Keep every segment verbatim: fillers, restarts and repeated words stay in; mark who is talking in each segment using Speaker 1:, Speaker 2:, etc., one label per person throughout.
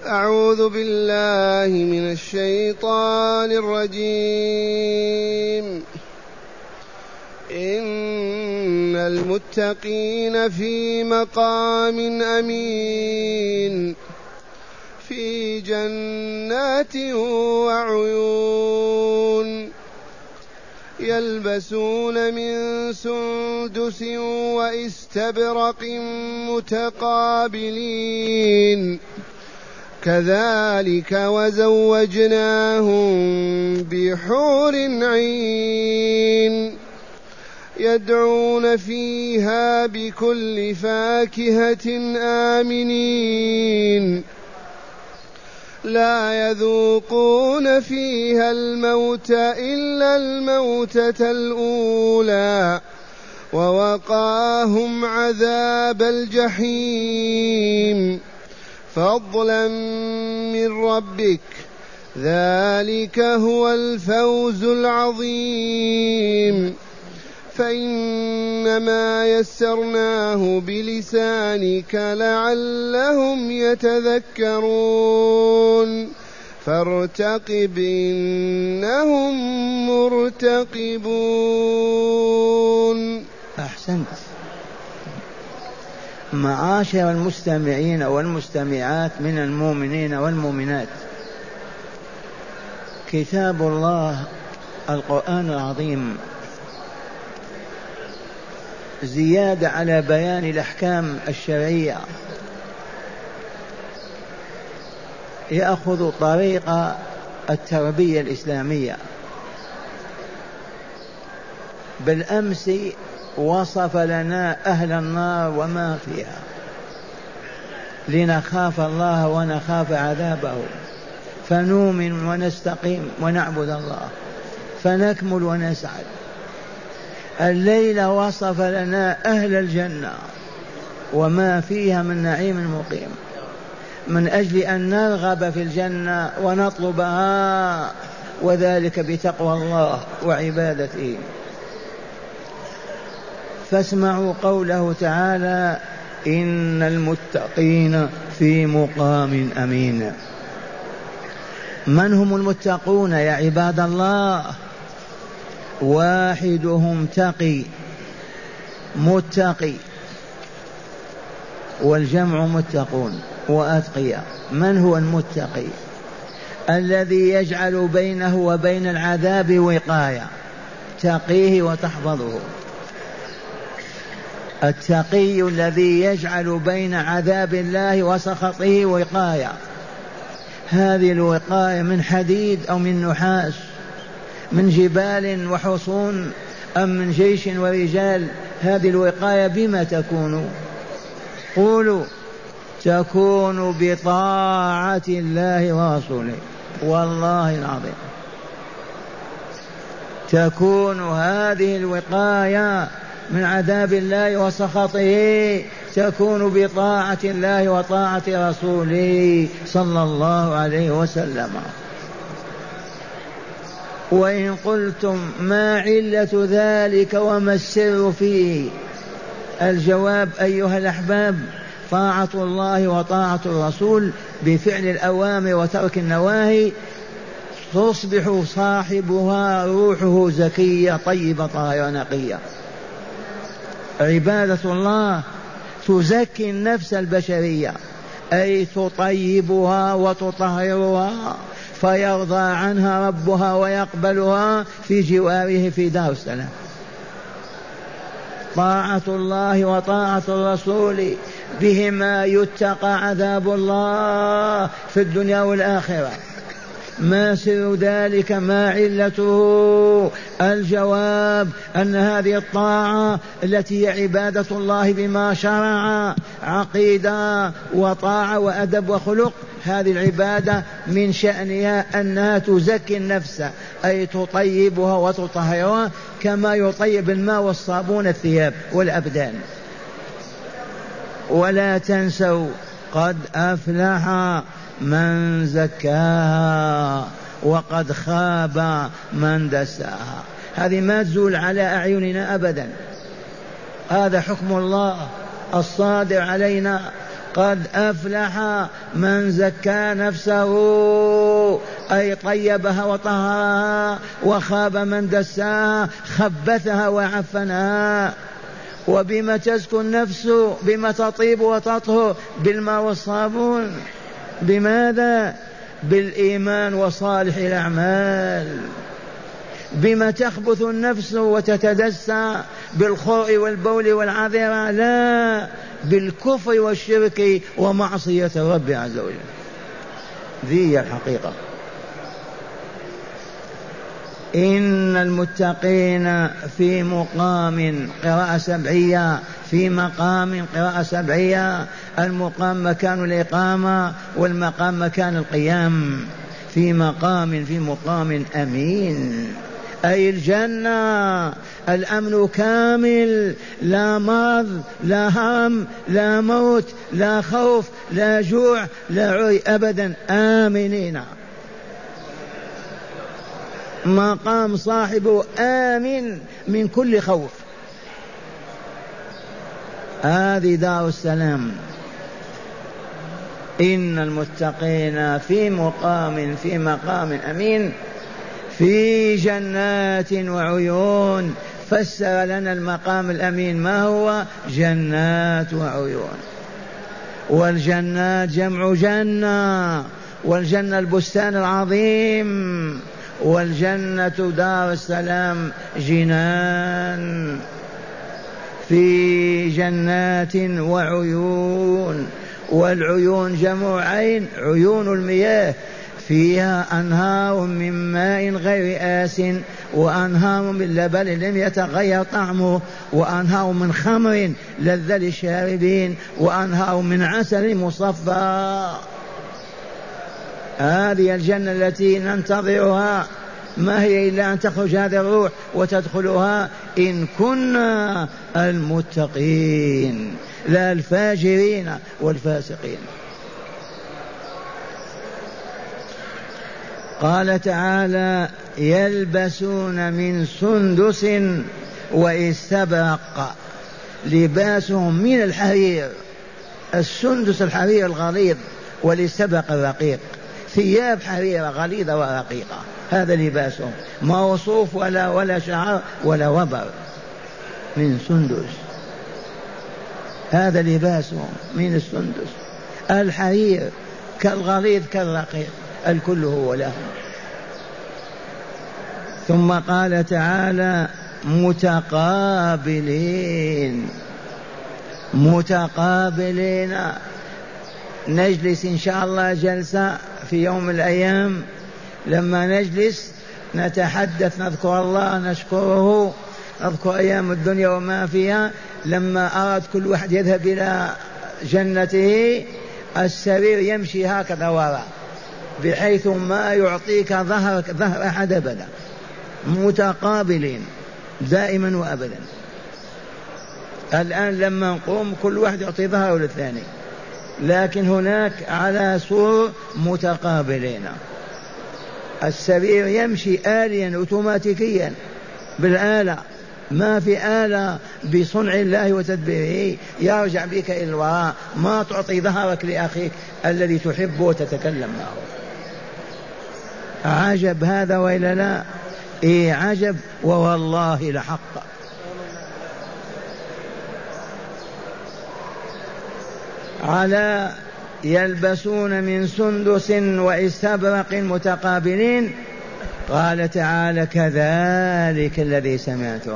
Speaker 1: أعوذ بالله من الشيطان الرجيم. إن المتقين في مقام أمين في جنات وعيون يلبسون من سندس واستبرق متقابلين كذلك وزوجناهم بحور عين يدعون فيها بكل فاكهة آمنين لا يذوقون فيها الموت إلا الموتة الأولى ووقاهم عذاب الجحيم فضلا من ربك ذلك هو الفوز العظيم. فإنما يسرناه بلسانك لعلهم يتذكرون فارتقب إنهم مرتقبون.
Speaker 2: أحسنت. معاشر المستمعين والمستمعات من المؤمنين والمؤمنات، كتاب الله القرآن العظيم زيادة على بيان الأحكام الشرعية يأخذ طريق التربية الإسلامية. بالأمس وصف لنا أهل النار وما فيها لنخاف الله ونخاف عذابه فنؤمن ونستقيم ونعبد الله فنكمل ونسعد. الليلة وصف لنا أهل الجنة وما فيها من نعيم مقيم، من أجل أن نرغب في الجنة ونطلبها، وذلك بتقوى الله وعبادته. فاسمعوا قوله تعالى: إن المتقين في مقام أمين. من هم المتقون يا عباد الله؟ واحدهم تقي، متقي، والجمع متقون وأتقياء. من هو المتقي؟ الذي يجعل بينه وبين العذاب وقاية تقيه وتحفظه. التقي الذي يجعل بين عذاب الله وسخطه وقاية. هذه الوقاية من حديد أو من نحاس، من جبال وحصون أم من جيش ورجال؟ هذه الوقاية بما تكون؟ قولوا: تكون بطاعة الله ورسوله. والله العظيم تكون هذه الوقاية من عذاب الله وسخطه تكون بطاعة الله وطاعة رسوله صلى الله عليه وسلم. وإن قلتم ما علة ذلك وما السر فيه؟ الجواب أيها الأحباب: طاعة الله وطاعة الرسول بفعل الأوامر وترك النواهي تصبح صاحبها روحه زكية طيبة طاهرة نقية. عبادة الله تزكي النفس البشرية، أي تطيبها وتطهرها فيرضى عنها ربها ويقبلها في جواره في دار السلام. طاعة الله وطاعة الرسول بهما يتقى عذاب الله في الدنيا والآخرة. ما سر ذلك؟ ما علته؟ الجواب أن هذه الطاعة التي هي عبادة الله بما شرع، عقيدة وطاعة وأدب وخلق، هذه العبادة من شأنها أنها تزكي النفس، أي تطيبها وتطهرها كما يطيب الماء والصابون الثياب والأبدان. ولا تنسوا: قد أفلح من زكاها وقد خاب من دساها. هذه ما تزول على أعيننا أبدا، هذا حكم الله الصادر علينا قد أفلح من زكى نفسه أي طيبها وطهرها، وخاب من دساها خبثها وعفنها. وبما تزكو النفس؟ بما تطيب وتطهر؟ بالماء والصابون. بماذا؟ بالإيمان وصالح الأعمال. بما تخبث النفس وتتدسى؟ بالخوء والبول والعذرة؟ لا، بالكفر والشرك ومعصية الرب عز وجل. ذي الحقيقة. إن المتقين في مقام، قراءة سبعية، في مقام، قراءة سبعية. المقام مكان الإقامة والمقام مكان القيام. في مقام، في مقام أمين، أي الجنة. الأمن كامل، لا مرض، لا هم، لا موت، لا خوف، لا جوع، لا عري، أبدا آمنين. مقام صاحبه آمن من كل خوف. هذه دار السلام. إن المتقين في مقام، في مقام أمين، في جنات وعيون. فسر لنا المقام الأمين ما هو؟ جنات وعيون. والجنات جمع جنة، والجنة البستان العظيم، والجنة دار السلام جنان. في جنات وعيون. والعيون جمع عين، عيون المياه. فيها أنهار من ماء غير آس، وأنهار من لبن لم يتغير طعمه، وأنهار من خمر لذة للشاربين، وأنهار من عسل مصفى. هذه الجنة التي ننتظرها. ما هي إلا أن تخرج هذه الروح وتدخلها إن كنا المتقين، لا الفاجرين والفاسقين. قال تعالى: يلبسون من سندس واستبرق. لباسهم من الحرير، السندس الحرير الغليظ، والاستبرق الرقيق، ثياب حريرة غليظة ورقيقة. هذا لباسهم، ما هو صوف ولا ولا شعر ولا وبر، من سندس. هذا لباسهم من السندس الحرير، كالغليظ كالرقيق، الكل هو لهم. ثم قال تعالى: متقابلين. متقابلين، نجلس إن شاء الله جلسة في يوم من الأيام، لما نجلس نتحدث، نذكر الله، نشكره، نذكر أيام الدنيا وما فيها. لما أراد كل واحد يذهب إلى جنته، السرير يمشي هكذا وراء، بحيث ما يعطيك ظهرك ظهر أحد أبدا. متقابلين دائما وأبدا. الآن لما نقوم كل واحد يعطي ظهره للثاني، لكن هناك على سور متقابلين. السرير يمشي آليا أوتوماتيكيا بالآلة، ما في آلة بصنع الله وتدبيره يرجع بك إلى الوراء. ما تعطي ظهرك لأخيك الذي تحبه وتتكلم معه. عجب هذا وإلا لا؟ إيه عجب، ووالله لحق. على يلبسون من سندس واستبرق متقابلين. قال تعالى: كذلك الذي سمعتم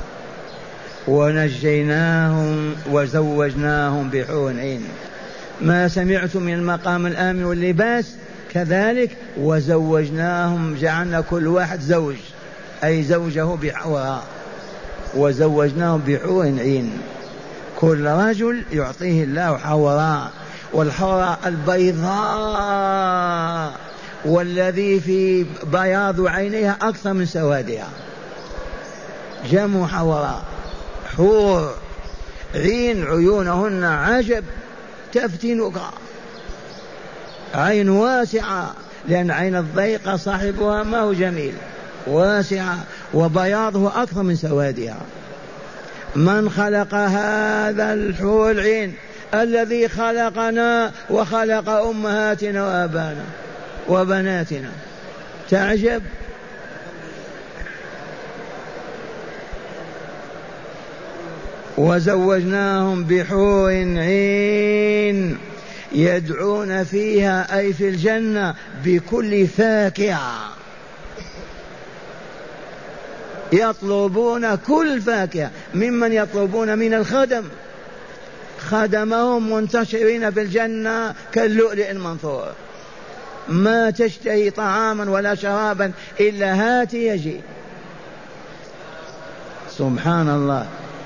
Speaker 2: ونجيناهم وزوجناهم بحور عين. ما سمعتم من المقام الآمن واللباس، كذلك وزوجناهم، جعلنا كل واحد زوج، أي زوجه بحورا، وزوجناهم بحور عين. كل رجل يعطيه الله حوراء، والحوراء البيضاء، والذي في بياض عينيها أكثر من سوادها، جمع حوراء. حور عين، عيونهن عجب تفتنك. عين واسعة، لأن عين الضيقة صاحبها ما هو جميل، واسعة، وبياضه أكثر من سوادها. من خلق هذا الحور العين الذي خلقنا وخلق أمهاتنا وآبانا وبناتنا. تعجب. وزوجناهم بحور عين يدعون فيها أي في الجنة بكل فاكهة، يطلبون كل فاكهة. ممن يطلبون؟ من الخدم، خدمهم منتشرين في الجنة كاللؤلؤ المنثور، ما تشتهي طعاما ولا شرابا إلا هات يجي. سبحان الله.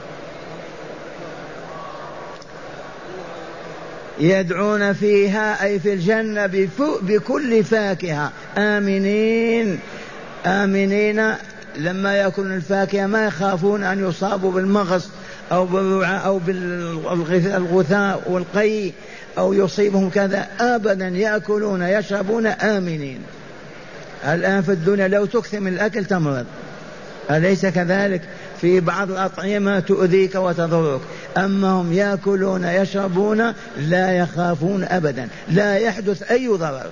Speaker 2: يدعون فيها أي في الجنة بكل فاكهة آمنين. آمنين لما يأكلون الفاكهة ما يخافون أن يصابوا بالمغص أو بالرعاء أو بالغثاء والقي أو يصيبهم كذا، أبدا، يأكلون يشربون آمنين. الآن في الدنيا لو تكثر من الأكل تمرض، أليس كذلك؟ في بعض الأطعمة تؤذيك وتضرك، أما هم يأكلون يشربون لا يخافون أبدا، لا يحدث أي ضرر.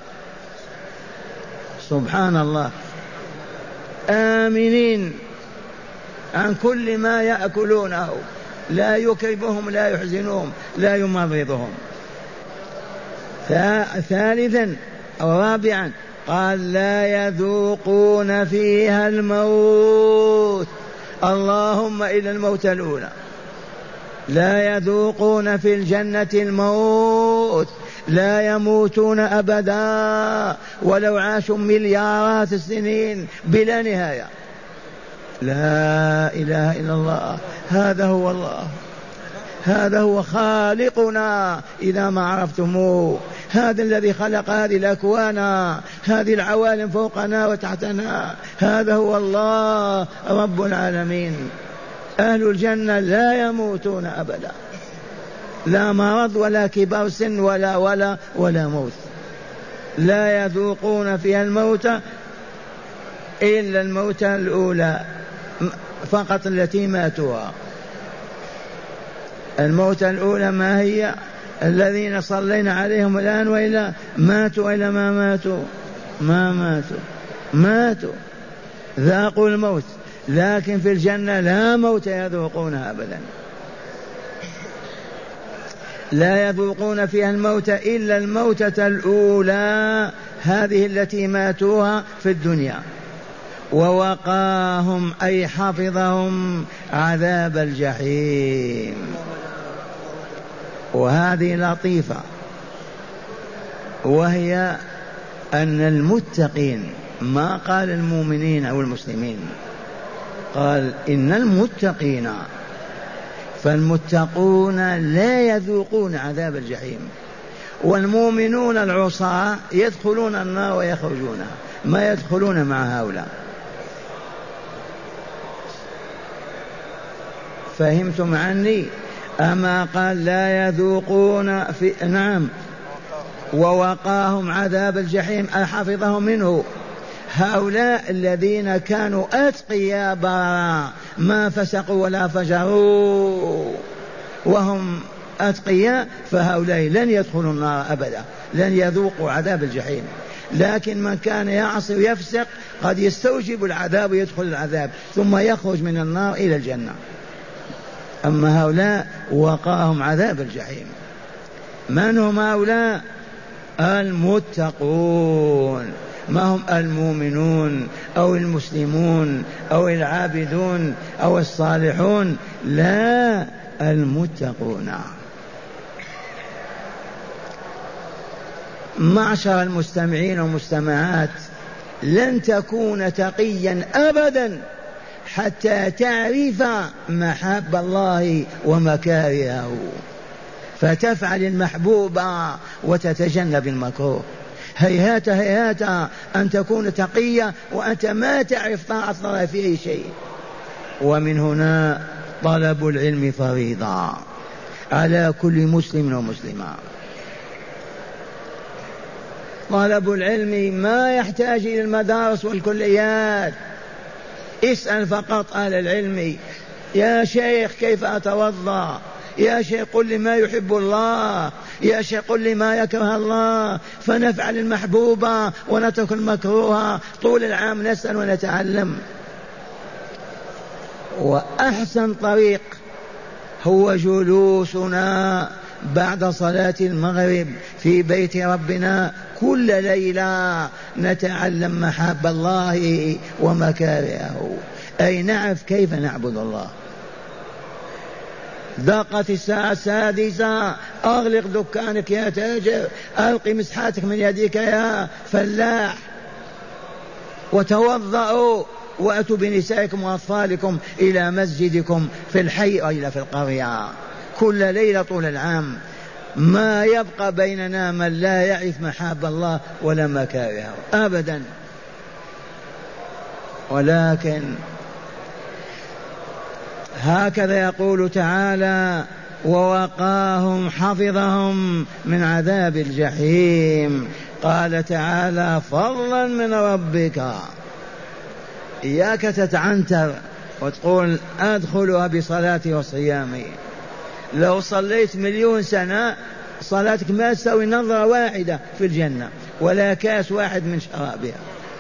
Speaker 2: سبحان الله. آمنين عن كل ما يأكلونه، لا يكربهم لا يحزنهم لا يمرضهم. ثالثا أو رابعا قال لا يذوقون فيها الموت. اللهم إلى الموت الأولى. لا يذوقون في الجنة الموت، لا يموتون أبدا ولو عاشوا مليارات السنين بلا نهاية. لا إله إلا الله. هذا هو الله، هذا هو خالقنا إذا ما عرفتموه. هذا الذي خلق هذه الأكوان، هذه العوالم فوقنا وتحتنا. هذا هو الله رب العالمين. أهل الجنة لا يموتون أبدا، لا مرض ولا كبار سن ولا ولا ولا موت. لا يذوقون فيها الموت إلا الموت الأولى فقط التي ماتوها. الموت الأولى ما هي؟ الذين صلينا عليهم الآن وإلا ماتوا إلا ما ماتوا؟ ما ماتوا، ماتوا ذاقوا الموت. لكن في الجنة لا موت يذوقونها أبدا. لا يذوقون فيها الموت إلا الموتة الأولى، هذه التي ماتوها في الدنيا. ووقاهم أي حفظهم عذاب الجحيم. وهذه لطيفة، وهي أن المتقين، ما قال المؤمنين أو المسلمين، قال إن المتقين، فالمتقون لا يذوقون عذاب الجحيم، والمؤمنون العصاة يدخلون النار ويخرجونها، ما يدخلون مع هؤلاء. فهمتم عني؟ أما قال لا يذوقون في نعم ووقاهم عذاب الجحيم أحفظهم منه. هؤلاء الذين كانوا أتقياء برا ما فسقوا ولا فجروا وهم أتقياء، فهؤلاء لن يدخلوا النار أبدا، لن يذوقوا عذاب الجحيم. لكن من كان يعصي ويفسق قد يستوجب العذاب ويدخل العذاب ثم يخرج من النار إلى الجنة. أما هؤلاء وقاهم عذاب الجحيم. من هم هؤلاء؟ المتقون، ما هم المؤمنون أو المسلمون أو العابدون أو الصالحون، لا، المتقون. معشر المستمعين والمستمعات، لن تكون تقيا أبدا حتى تعرف محاب الله ومكارهه، فتفعل المحبوب وتتجنب المكروه. هيهات هيهات أن تكون تقيا وأنت ما تعرف طاعة الله في أي شيء. ومن هنا طلب العلم فريضة على كل مسلم ومسلمة. طلب العلم ما يحتاج إلى المدارس والكليات. اسأل فقط أهل العلم: يا شيخ كيف أتوضأ؟ يا شيخ قل لي ما يحب الله، يا شيخ قل لي ما يكره الله، فنفعل المحبوبة ونترك المكروه. طول العام نسأل ونتعلم. وأحسن طريق هو جلوسنا بعد صلاة المغرب في بيت ربنا كل ليلة نتعلم محاب الله ومكارهه، أي نعرف كيف نعبد الله. دقت الساعة السادسة، أغلق دكانك يا تاجر، ألقي مسحاتك من يديك يا فلاح، وتوضأوا وأتوا بنسائكم وأطفالكم إلى مسجدكم في الحي أو إلى في القرية كل ليلة طول العام. ما يبقى بيننا من لا يعرف محاب الله ولا مكارهه أبدا. ولكن هكذا يقول تعالى: ووقاهم حفظهم من عذاب الجحيم. قال تعالى: فضلا من ربك. إياك تتعنتر وتقول أدخلها بصلاتي وصيامي. لو صليت مليون سنة صلاتك ما تساوي نظرة واحدة في الجنة ولا كاس واحد من شرابها.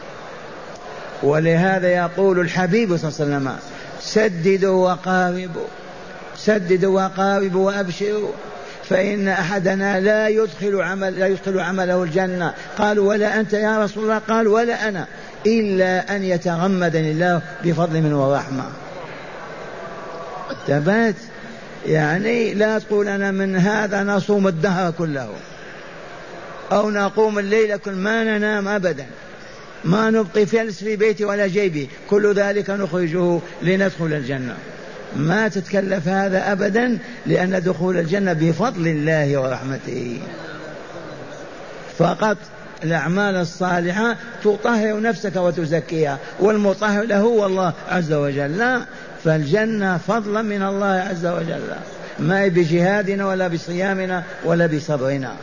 Speaker 2: ولهذا يقول الحبيب صلى الله عليه وسلم: سددوا وقاربوا، سددوا وقاربوا وأبشروا، فإن أحدنا لا يدخل عمل لا يدخل عمله الجنة. قالوا: ولا أنت يا رسول الله؟ قال: ولا أنا، إلا أن يتغمدني الله بفضل من ورحمة. تبات يعني لا تقول أنا من هذا نصوم الدهر كله أو نقوم الليل كل ما ننام أبدا، ما نبقي فلس في بيتي ولا جيبي، كل ذلك نخرجه لندخل الجنة. ما تتكلف هذا أبدا، لأن دخول الجنة بفضل الله ورحمته فقط. الأعمال الصالحة تطهر نفسك وتزكيها، والمطهر له هو الله عز وجل. فالجنة فضلا من الله عز وجل، ما بجهادنا ولا بصيامنا ولا بصبرنا.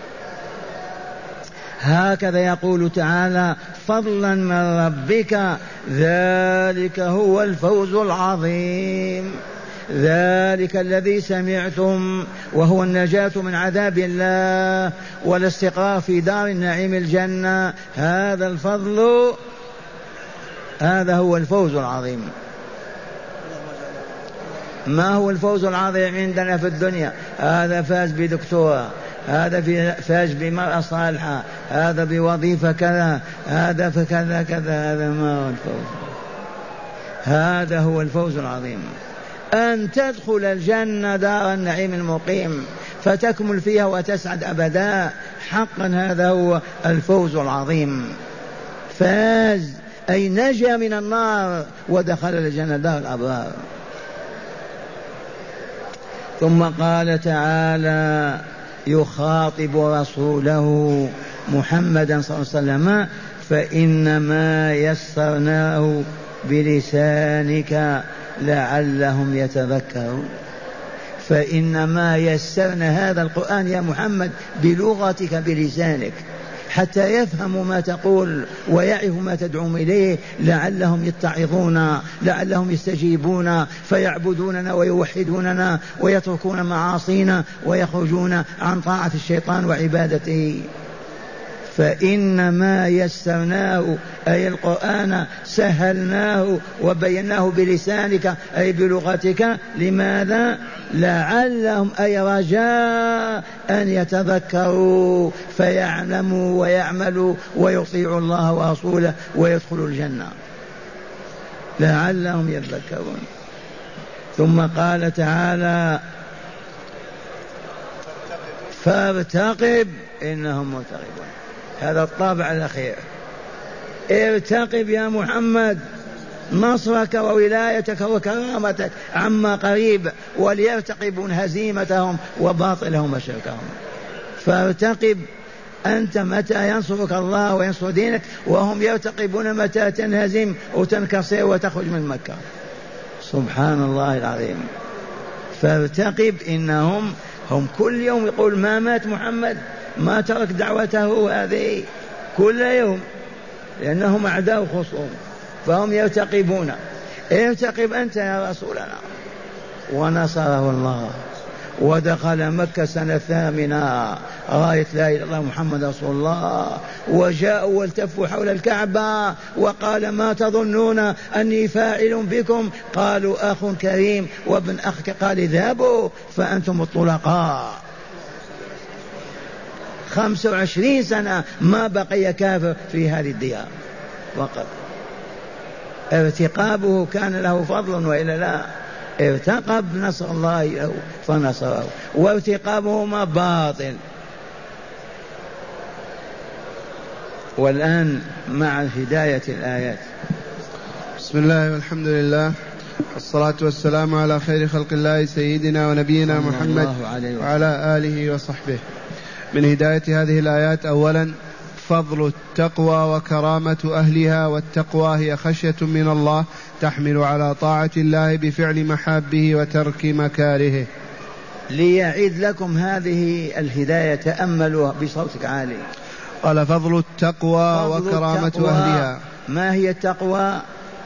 Speaker 2: هكذا يقول تعالى: فضلا من ربك، ذلك هو الفوز العظيم. ذلك الذي سمعتم وهو النجاة من عذاب الله والاستقرار في دار النعيم الجنة. هذا الفضل، هذا هو الفوز العظيم. ما هو الفوز العظيم عندنا في الدنيا؟ هذا فاز بدكتوراه، هذا فاز بمرأة صالحة، هذا بوظيفة كذا، هذا فكذا كذا. هذا ما هو الفوز، هذا هو الفوز العظيم. أن تدخل الجنة دار النعيم المقيم فتكمل فيها وتسعد أبدا. حقا هذا هو الفوز العظيم. فاز أي نجا من النار ودخل الجنة دار الأبرار. ثم قال تعالى يخاطب رسوله محمدا صلى الله عليه وسلم: فإنما يسرناه بلسانك لعلهم يتذكرون. فإنما يسرنا هذا القرآن يا محمد بلغتك بلسانك حتى يفهموا ما تقول ويعرفوا ما تدعوهم إليه، لعلهم يتعظون، لعلهم يستجيبون فيعبدوننا ويوحدوننا ويتركون معاصينا ويخرجون عن طاعة الشيطان وعبادته. فإنما يسرناه أي القرآن سهلناه وبيناه بلسانك أي بلغتك. لماذا؟ لعلهم أي رجاء أن يتذكروا فيعلموا ويعملوا ويطيعوا الله ورسوله ويدخلوا الجنة، لعلهم يتذكرون. ثم قال تعالى: فارتقب إنهم مرتقبون. هذا الطابع الأخير. ارتقب يا محمد نصرك وولايتك وكرامتك عما قريب، وليرتقبون هزيمتهم وباطلهم وشركهم. فارتقب أنت متى ينصرك الله وينصر دينك، وهم يرتقبون متى تنهزم وتنكسر وتخرج من مكة. سبحان الله العظيم. فارتقب إنهم هم كل يوم يقول ما مات محمد، ما ترك دعوته هذه كل يوم، لأنهم أعداء خصوم فهم يرتقبون. ارتقب أنت يا رسولنا. ونصره الله ودخل مكة سنة ثامنة راية لا إله إلا الله محمد رسول الله، وجاءوا والتفوا حول الكعبة وقال ما تظنون أني فاعل بكم؟ قالوا أخ كريم وابن أخ، قال اذهبوا فأنتم الطلقاء. خمس وعشرين سنة ما بقي كافر في هذه الديار وقد ارتقابه كان له فضل وإلا لا؟ ارتقب نصر الله له فنصره، وارتقابهما باطل. والآن مع هداية الآيات.
Speaker 1: بسم الله والحمد لله والصلاة والسلام على خير خلق الله سيدنا ونبينا محمد وعلى آله وصحبه. من هداية هذه الآيات أولا فضل التقوى وكرامة أهلها، والتقوى هي خشية من الله تحمل على طاعة الله بفعل محابه وترك مكاره.
Speaker 2: ليعيد لكم هذه الهداية تأملوا بصوتك عالي.
Speaker 1: قال فضل التقوى فضل وكرامة التقوى. أهلها.
Speaker 2: ما هي التقوى؟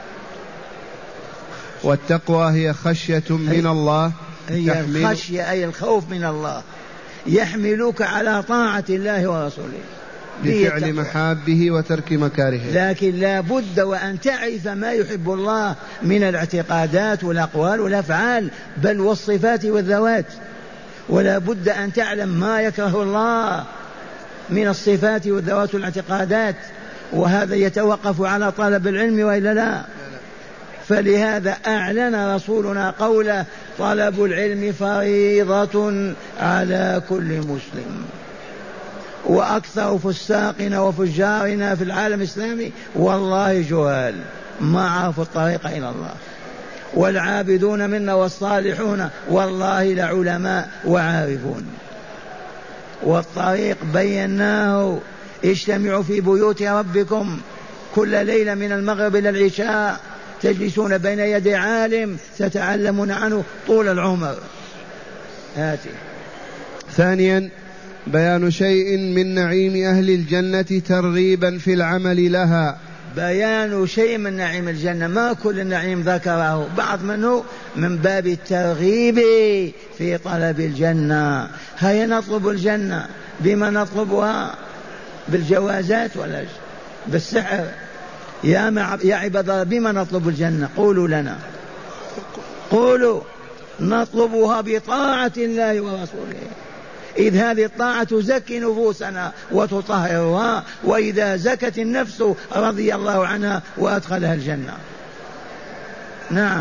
Speaker 1: والتقوى هي خشية من الله،
Speaker 2: هي الخشية أي الخوف من الله، يحملك على طاعة الله ورسوله
Speaker 1: بفعل محابه وترك مكاره.
Speaker 2: لكن لا بد وأن تعرف ما يحب الله من الاعتقادات والأقوال والأفعال بل والصفات والذوات، ولا بد أن تعلم ما يكره الله من الصفات والذوات والاعتقادات، وهذا يتوقف على طلب العلم وإلا لا. فلهذا أعلن رسولنا قوله طلب العلم فريضة على كل مسلم. وأكثر فساقنا وفجارنا في العالم الإسلامي والله جهال ما عرفوا الطريق إلى الله، والعابدون منا والصالحون والله لعلماء وعارفون. والطريق بيناه، اجتمعوا في بيوت ربكم كل ليلة من المغرب إلى العشاء، تجلسون بين يدي عالم تتعلمون عنه طول العمر. هاتي.
Speaker 1: ثانيا بيان شيء من نعيم أهل الجنة ترغيبا في العمل لها.
Speaker 2: بيان شيء من نعيم الجنة، ما كل النعيم ذكره، بعض منه من باب الترغيب في طلب الجنة. هيا نطلب الجنة، بما نطلبها؟ بالجوازات ولا بالسحر؟ يا يا عباد الله بما نطلب الجنة؟ قولوا لنا، قولوا. نطلبها بطاعة الله ورسوله، إذ هذه الطاعة تزكي نفوسنا وتطهرها، وإذا زكت النفس رضي الله عنها وأدخلها الجنة. نعم.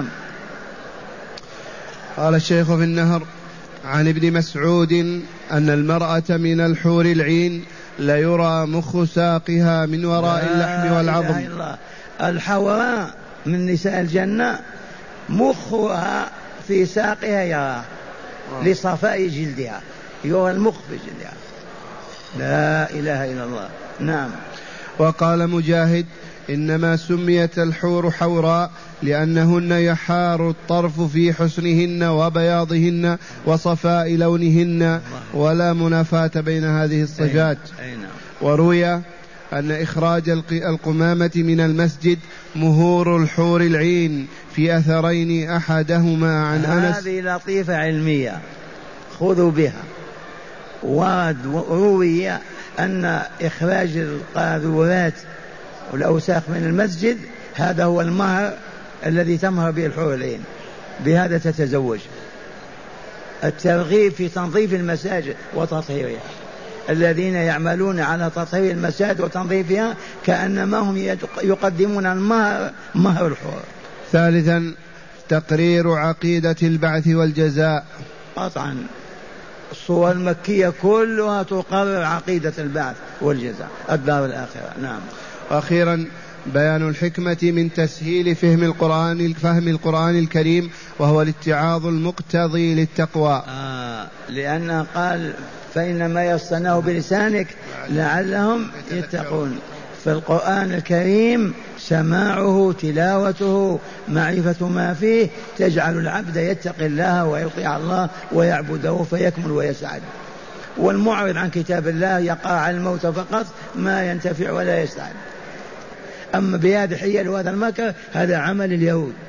Speaker 1: قال الشيخ في النهر عن ابن مسعود أن المرأة من الحور العين ليرى مخ ساقها من وراء اللحم والعظم.
Speaker 2: الحوراء من نساء الجنة مخها في ساقها يراه لصفاء جلدها، يرى المخ في جلدها. لا إله إلا الله. نعم.
Speaker 1: وقال مجاهد إنما سميت الحور حوراء لأنهن يحار الطرف في حسنهن وبياضهن وصفاء لونهن، ولا منافاة بين هذه الصفات. وروي أن إخراج القمامة من المسجد مهور الحور العين في أثرين، أحدهما عن أنس.
Speaker 2: هذه لطيفة علمية خذوا بها. ورد وروي أن إخراج القاذورات والأوساخ من المسجد هذا هو المهر الذي تمهر به الحور العين، بهذا تتزوج. الترغيب في تنظيف المساجد وتطهيرها، الذين يعملون على تطهير المساجد وتنظيفها كأنما هم يقدمون المهر، مهر الحور.
Speaker 1: ثالثا تقرير عقيدة البعث والجزاء.
Speaker 2: قطعا الصور المكية كلها تقرر عقيدة البعث والجزاء، الدار الآخرة. نعم.
Speaker 1: وأخيرا بيان الحكمة من تسهيل فهم القرآن فهم القرآن الكريم، وهو الاتعاظ المقتضي للتقوى.
Speaker 2: آه لأنه قال فإنما يصنعه بلسانك لعلهم يتقون. فالقرآن الكريم سماعه تلاوته معرفة ما فيه تجعل العبد يتقي الله ويطيع الله ويعبده فيكمل ويسعد. والمعرض عن كتاب الله يقع على الموت فقط، ما ينتفع ولا يسعد. أما بهذه الحيل وهذا المكر هذا عمل اليهود.